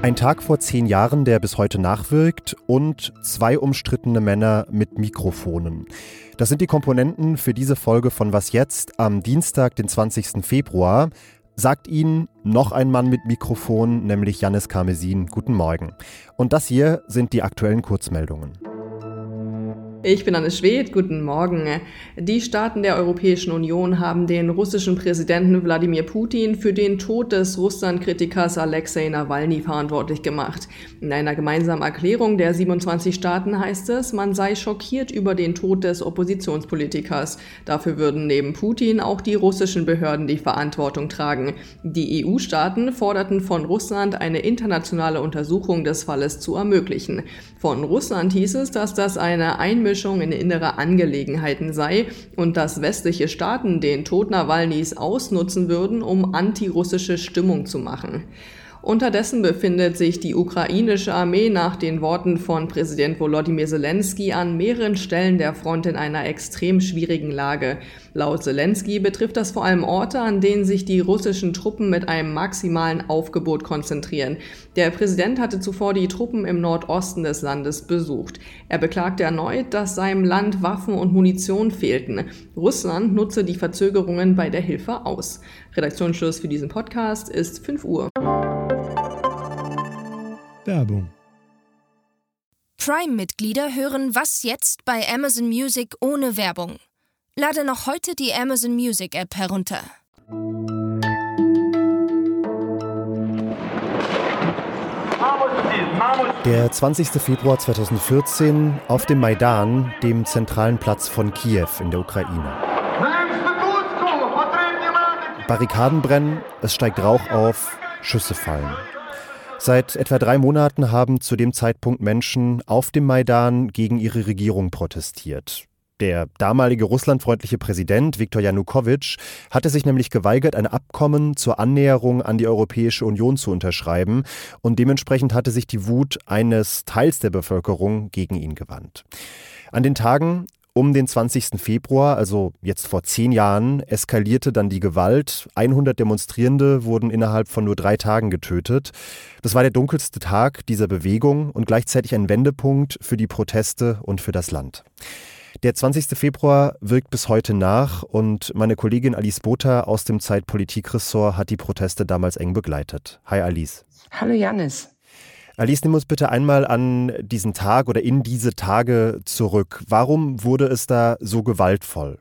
Ein Tag vor 10 Jahren, der bis heute nachwirkt, und 2 umstrittene Männer mit Mikrofonen. Das sind die Komponenten für diese Folge von Was jetzt am Dienstag, den 20. Februar. Sagt Ihnen noch ein Mann mit Mikrofon, nämlich Jannis Karmesin. Guten Morgen. Und das hier sind die aktuellen Kurzmeldungen. Ich bin Anne Schwedt, guten Morgen. Die Staaten der Europäischen Union haben den russischen Präsidenten Wladimir Putin für den Tod des Russland-Kritikers Alexei Nawalny verantwortlich gemacht. In einer gemeinsamen Erklärung der 27 Staaten heißt es, man sei schockiert über den Tod des Oppositionspolitikers. Dafür würden neben Putin auch die russischen Behörden die Verantwortung tragen. Die EU-Staaten forderten von Russland, eine internationale Untersuchung des Falles zu ermöglichen. Von Russland hieß es, dass das eine Einmischung in innere Angelegenheiten sei und dass westliche Staaten den Tod Nawalnys ausnutzen würden, um antirussische Stimmung zu machen. Unterdessen befindet sich die ukrainische Armee nach den Worten von Präsident Volodymyr Zelensky an mehreren Stellen der Front in einer extrem schwierigen Lage. Laut Zelensky betrifft das vor allem Orte, an denen sich die russischen Truppen mit einem maximalen Aufgebot konzentrieren. Der Präsident hatte zuvor die Truppen im Nordosten des Landes besucht. Er beklagte erneut, dass seinem Land Waffen und Munition fehlten. Russland nutze die Verzögerungen bei der Hilfe aus. Redaktionsschluss für diesen Podcast ist 5 Uhr. Werbung. Prime-Mitglieder hören Was jetzt bei Amazon Music ohne Werbung. Lade noch heute die Amazon Music App herunter. Der 20. Februar 2014 auf dem Maidan, dem zentralen Platz von Kiew in der Ukraine. Barrikaden brennen, es steigt Rauch auf, Schüsse fallen. Seit etwa 3 Monaten haben zu dem Zeitpunkt Menschen auf dem Maidan gegen ihre Regierung protestiert. Der damalige russlandfreundliche Präsident Viktor Janukowitsch hatte sich nämlich geweigert, ein Abkommen zur Annäherung an die Europäische Union zu unterschreiben, und dementsprechend hatte sich die Wut eines Teils der Bevölkerung gegen ihn gewandt. An den Tagen um den 20. Februar, also jetzt vor 10 Jahren, eskalierte dann die Gewalt. 100 Demonstrierende wurden innerhalb von nur 3 Tagen getötet. Das war der dunkelste Tag dieser Bewegung und gleichzeitig ein Wendepunkt für die Proteste und für das Land. Der 20. Februar wirkt bis heute nach, und meine Kollegin Alice Botha aus dem Zeit-Politik-Ressort hat die Proteste damals eng begleitet. Hi Alice. Hallo Jannis. Alice, nimm uns bitte einmal an diesen Tag oder in diese Tage zurück. Warum wurde es da so gewaltvoll?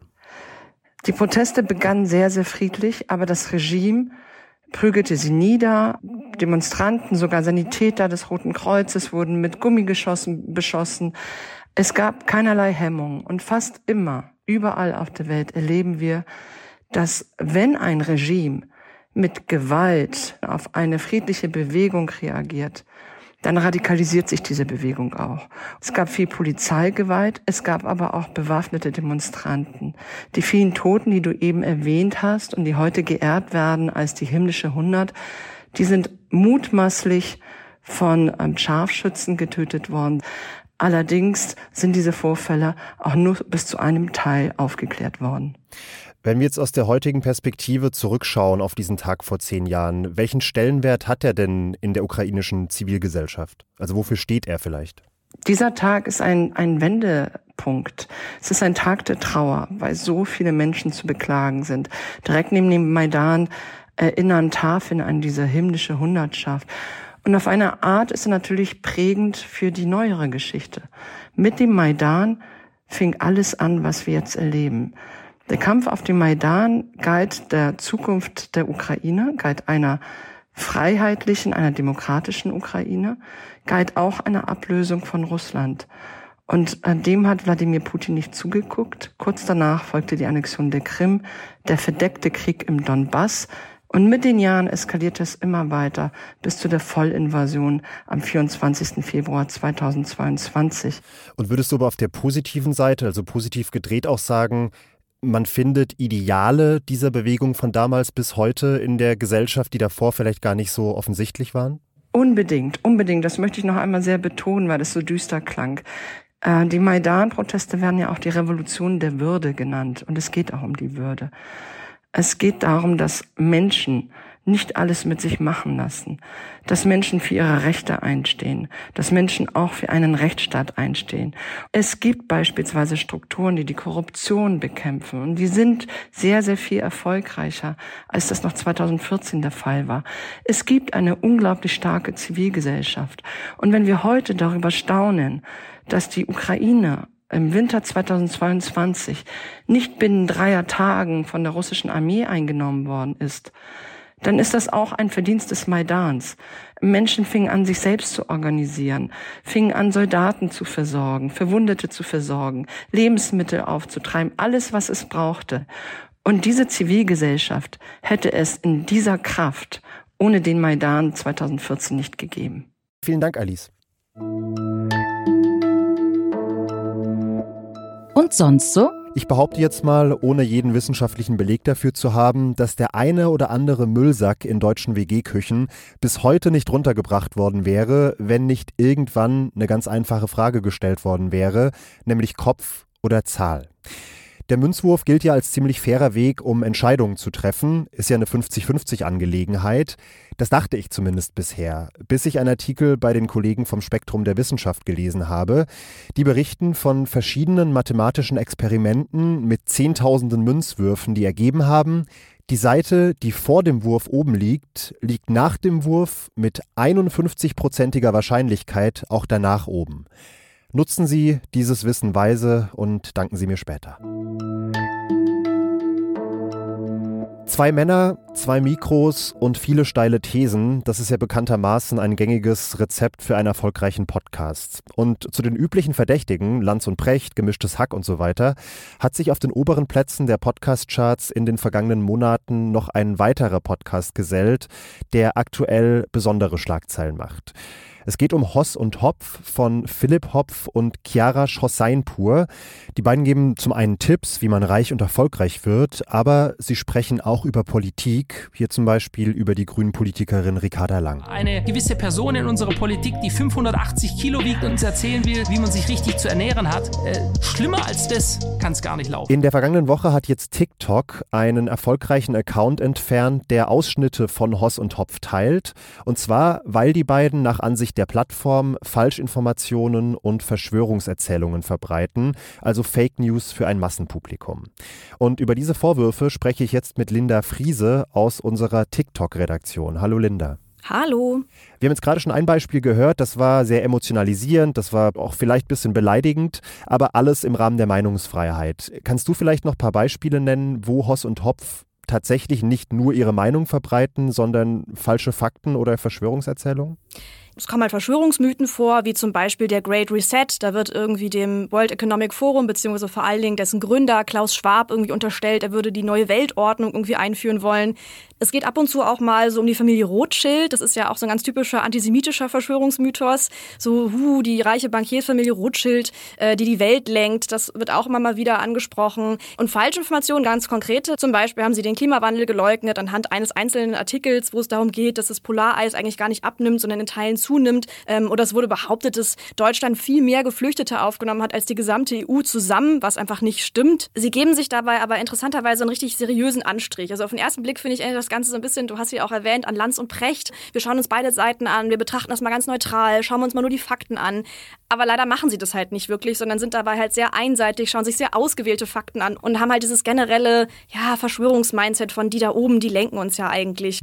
Die Proteste begannen sehr, sehr friedlich, aber das Regime prügelte sie nieder. Demonstranten, sogar Sanitäter des Roten Kreuzes wurden mit Gummigeschossen beschossen. Es gab keinerlei Hemmung, und fast immer, überall auf der Welt erleben wir, dass wenn ein Regime mit Gewalt auf eine friedliche Bewegung reagiert, dann radikalisiert sich diese Bewegung auch. Es gab viel Polizeigewalt, es gab aber auch bewaffnete Demonstranten. Die vielen Toten, die du eben erwähnt hast und die heute geehrt werden als die himmlische 100, die sind mutmaßlich von Scharfschützen getötet worden. Allerdings sind diese Vorfälle auch nur bis zu einem Teil aufgeklärt worden. Wenn wir jetzt aus der heutigen Perspektive zurückschauen auf diesen Tag vor 10 Jahren, welchen Stellenwert hat er denn in der ukrainischen Zivilgesellschaft? Also wofür steht er vielleicht? Dieser Tag ist ein Wendepunkt. Es ist ein Tag der Trauer, weil so viele Menschen zu beklagen sind. Direkt neben dem Maidan erinnern Tafeln an diese himmlische Hundertschaft. Und auf eine Art ist er natürlich prägend für die neuere Geschichte. Mit dem Maidan fing alles an, was wir jetzt erleben. Der Kampf auf dem Maidan galt der Zukunft der Ukraine, galt einer freiheitlichen, einer demokratischen Ukraine, galt auch einer Ablösung von Russland. Und dem hat Wladimir Putin nicht zugeguckt. Kurz danach folgte die Annexion der Krim, der verdeckte Krieg im Donbass. Und mit den Jahren eskalierte es immer weiter bis zu der Vollinvasion am 24. Februar 2022. Und würdest du aber auf der positiven Seite, also positiv gedreht, auch sagen, man findet Ideale dieser Bewegung von damals bis heute in der Gesellschaft, die davor vielleicht gar nicht so offensichtlich waren? Unbedingt. Das möchte ich noch einmal sehr betonen, weil es so düster klang. Die Maidan-Proteste werden ja auch die Revolution der Würde genannt. Und es geht auch um die Würde. Es geht darum, dass Menschen nicht alles mit sich machen lassen, dass Menschen für ihre Rechte einstehen, dass Menschen auch für einen Rechtsstaat einstehen. Es gibt beispielsweise Strukturen, die die Korruption bekämpfen und die sind sehr, sehr viel erfolgreicher, als das noch 2014 der Fall war. Es gibt eine unglaublich starke Zivilgesellschaft und wenn wir heute darüber staunen, dass die Ukraine im Winter 2022 nicht binnen 3 Tagen von der russischen Armee eingenommen worden ist, dann ist das auch ein Verdienst des Maidans. Menschen fingen an, sich selbst zu organisieren, fingen an, Soldaten zu versorgen, Verwundete zu versorgen, Lebensmittel aufzutreiben, alles, was es brauchte. Und diese Zivilgesellschaft hätte es in dieser Kraft ohne den Maidan 2014 nicht gegeben. Vielen Dank, Alice. Und sonst so? Ich behaupte jetzt mal, ohne jeden wissenschaftlichen Beleg dafür zu haben, dass der eine oder andere Müllsack in deutschen WG-Küchen bis heute nicht runtergebracht worden wäre, wenn nicht irgendwann eine ganz einfache Frage gestellt worden wäre, nämlich Kopf oder Zahl. Der Münzwurf gilt ja als ziemlich fairer Weg, um Entscheidungen zu treffen. Ist ja eine 50-50-Angelegenheit. Das dachte ich zumindest bisher, bis ich einen Artikel bei den Kollegen vom Spektrum der Wissenschaft gelesen habe. Die berichten von verschiedenen mathematischen Experimenten mit Zehntausenden Münzwürfen, die ergeben haben, die Seite, die vor dem Wurf oben liegt, liegt nach dem Wurf mit 51%iger Wahrscheinlichkeit auch danach oben. Nutzen Sie dieses Wissen weise und danken Sie mir später. 2 Männer, 2 Mikros und viele steile Thesen, das ist ja bekanntermaßen ein gängiges Rezept für einen erfolgreichen Podcast. Und zu den üblichen Verdächtigen, Lanz und Precht, Gemischtes Hack und so weiter, hat sich auf den oberen Plätzen der Podcast-Charts in den vergangenen Monaten noch ein weiterer Podcast gesellt, der aktuell besondere Schlagzeilen macht. Es geht um Hoss und Hopf von Philipp Hopf und Chiara Hossainpour. Die beiden geben zum einen Tipps, wie man reich und erfolgreich wird, aber sie sprechen auch über Politik, hier zum Beispiel über die Grünen-Politikerin Ricarda Lang. Eine gewisse Person in unserer Politik, die 580 Kilo wiegt und uns erzählen will, wie man sich richtig zu ernähren hat. Schlimmer als das kann es gar nicht laufen. In der vergangenen Woche hat jetzt TikTok einen erfolgreichen Account entfernt, der Ausschnitte von Hoss und Hopf teilt. Und zwar, weil die beiden nach Ansicht der Plattform Falschinformationen und Verschwörungserzählungen verbreiten, also Fake News für ein Massenpublikum. Und über diese Vorwürfe spreche ich jetzt mit Linda Friese aus unserer TikTok-Redaktion. Hallo Linda. Hallo. Wir haben jetzt gerade schon ein Beispiel gehört, das war sehr emotionalisierend, das war auch vielleicht ein bisschen beleidigend, aber alles im Rahmen der Meinungsfreiheit. Kannst du vielleicht noch ein paar Beispiele nennen, wo Hoss und Hopf tatsächlich nicht nur ihre Meinung verbreiten, sondern falsche Fakten oder Verschwörungserzählungen? Es kommen halt Verschwörungsmythen vor, wie zum Beispiel der Great Reset. Da wird irgendwie dem World Economic Forum, beziehungsweise vor allen Dingen dessen Gründer Klaus Schwab irgendwie unterstellt, er würde die neue Weltordnung irgendwie einführen wollen. Es geht ab und zu auch mal so um die Familie Rothschild. Das ist ja auch so ein ganz typischer antisemitischer Verschwörungsmythos. So, die reiche Bankiersfamilie Rothschild, die Welt lenkt. Das wird auch immer mal wieder angesprochen. Und Falschinformationen, ganz konkrete. Zum Beispiel haben sie den Klimawandel geleugnet anhand eines einzelnen Artikels, wo es darum geht, dass das Polareis eigentlich gar nicht abnimmt, sondern in Teilen zunimmt. Oder es wurde behauptet, dass Deutschland viel mehr Geflüchtete aufgenommen hat als die gesamte EU zusammen, was einfach nicht stimmt. Sie geben sich dabei aber interessanterweise einen richtig seriösen Anstrich. Also auf den ersten Blick finde ich das Ganze so ein bisschen, du hast ja auch erwähnt, an Lanz und Precht. Wir schauen uns beide Seiten an, wir betrachten das mal ganz neutral, schauen wir uns mal nur die Fakten an. Aber leider machen sie das halt nicht wirklich, sondern sind dabei halt sehr einseitig, schauen sich sehr ausgewählte Fakten an und haben halt dieses generelle Verschwörungsmindset von die da oben, die lenken uns ja eigentlich.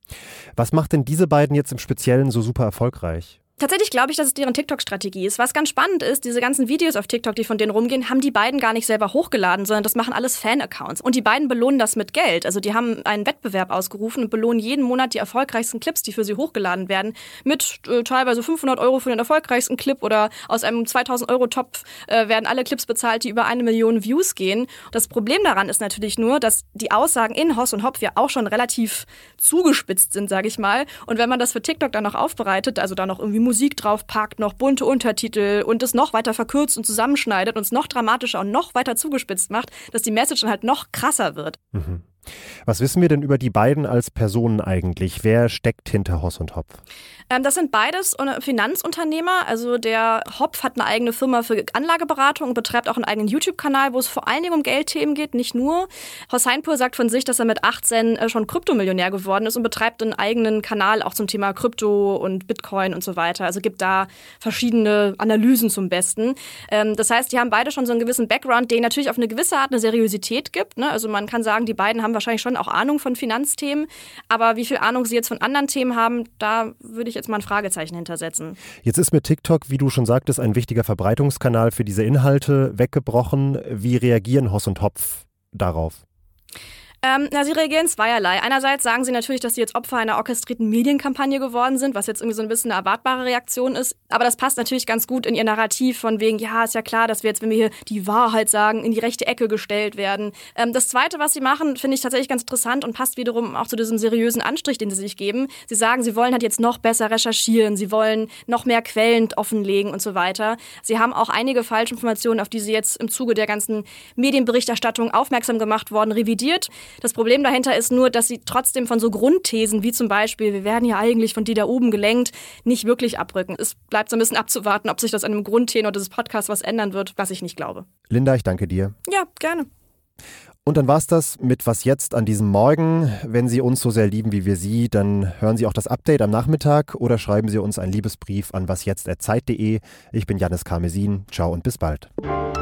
Was macht denn diese beiden jetzt im Speziellen so super erfolgreich? Tatsächlich glaube ich, dass es deren TikTok-Strategie ist. Was ganz spannend ist, diese ganzen Videos auf TikTok, die von denen rumgehen, haben die beiden gar nicht selber hochgeladen, sondern das machen alles Fan-Accounts. Und die beiden belohnen das mit Geld. Also die haben einen Wettbewerb ausgerufen und belohnen jeden Monat die erfolgreichsten Clips, die für sie hochgeladen werden, mit teilweise 500 € für den erfolgreichsten Clip oder aus einem 2.000-Euro-Topf werden alle Clips bezahlt, die über 1 Million Views gehen. Das Problem daran ist natürlich nur, dass die Aussagen in Hoss und Hopf ja auch schon relativ zugespitzt sind, sage ich mal. Und wenn man das für TikTok dann noch aufbereitet, also da noch irgendwie Musik draufpackt, noch bunte Untertitel und es noch weiter verkürzt und zusammenschneidet und es noch dramatischer und noch weiter zugespitzt macht, dass die Message dann halt noch krasser wird. Was wissen wir denn über die beiden als Personen eigentlich? Wer steckt hinter Hoss und Hopf? Das sind beides Finanzunternehmer. Also der Hopf hat eine eigene Firma für Anlageberatung und betreibt auch einen eigenen YouTube-Kanal, wo es vor allen Dingen um Geldthemen geht, nicht nur. Hoss Heinpohl sagt von sich, dass er mit 18 schon Kryptomillionär geworden ist und betreibt einen eigenen Kanal auch zum Thema Krypto und Bitcoin und so weiter. Also gibt da verschiedene Analysen zum Besten. Das heißt, die haben beide schon so einen gewissen Background, den natürlich auf eine gewisse Art eine Seriosität gibt. Ne? Also man kann sagen, die beiden haben wahrscheinlich schon auch Ahnung von Finanzthemen. Aber wie viel Ahnung sie jetzt von anderen Themen haben, da würde ich jetzt mal ein Fragezeichen hintersetzen. Jetzt ist mit TikTok, wie du schon sagtest, ein wichtiger Verbreitungskanal für diese Inhalte weggebrochen. Wie reagieren Hoss und Hopf darauf? Sie reagieren zweierlei. Einerseits sagen sie natürlich, dass sie jetzt Opfer einer orchestrierten Medienkampagne geworden sind, was jetzt irgendwie so ein bisschen eine erwartbare Reaktion ist. Aber das passt natürlich ganz gut in ihr Narrativ von wegen, ja, ist ja klar, dass wir jetzt, wenn wir hier die Wahrheit sagen, in die rechte Ecke gestellt werden. Das Zweite, was sie machen, finde ich tatsächlich ganz interessant und passt wiederum auch zu diesem seriösen Anstrich, den sie sich geben. Sie sagen, sie wollen halt jetzt noch besser recherchieren, sie wollen noch mehr Quellen offenlegen und so weiter. Sie haben auch einige Falschinformationen, auf die sie jetzt im Zuge der ganzen Medienberichterstattung aufmerksam gemacht worden, revidiert. Das Problem dahinter ist nur, dass sie trotzdem von so Grundthesen wie zum Beispiel, wir werden ja eigentlich von die da oben gelenkt, nicht wirklich abrücken. Es bleibt so ein bisschen abzuwarten, ob sich das an dem Grundtenor dieses Podcasts was ändern wird, was ich nicht glaube. Linda, ich danke dir. Ja, gerne. Und dann war's das mit Was jetzt an diesem Morgen. Wenn Sie uns so sehr lieben wie wir Sie, dann hören Sie auch das Update am Nachmittag oder schreiben Sie uns einen Liebesbrief an wasjetzt@zeit.de. Ich bin Jannis Karmesin. Ciao und bis bald.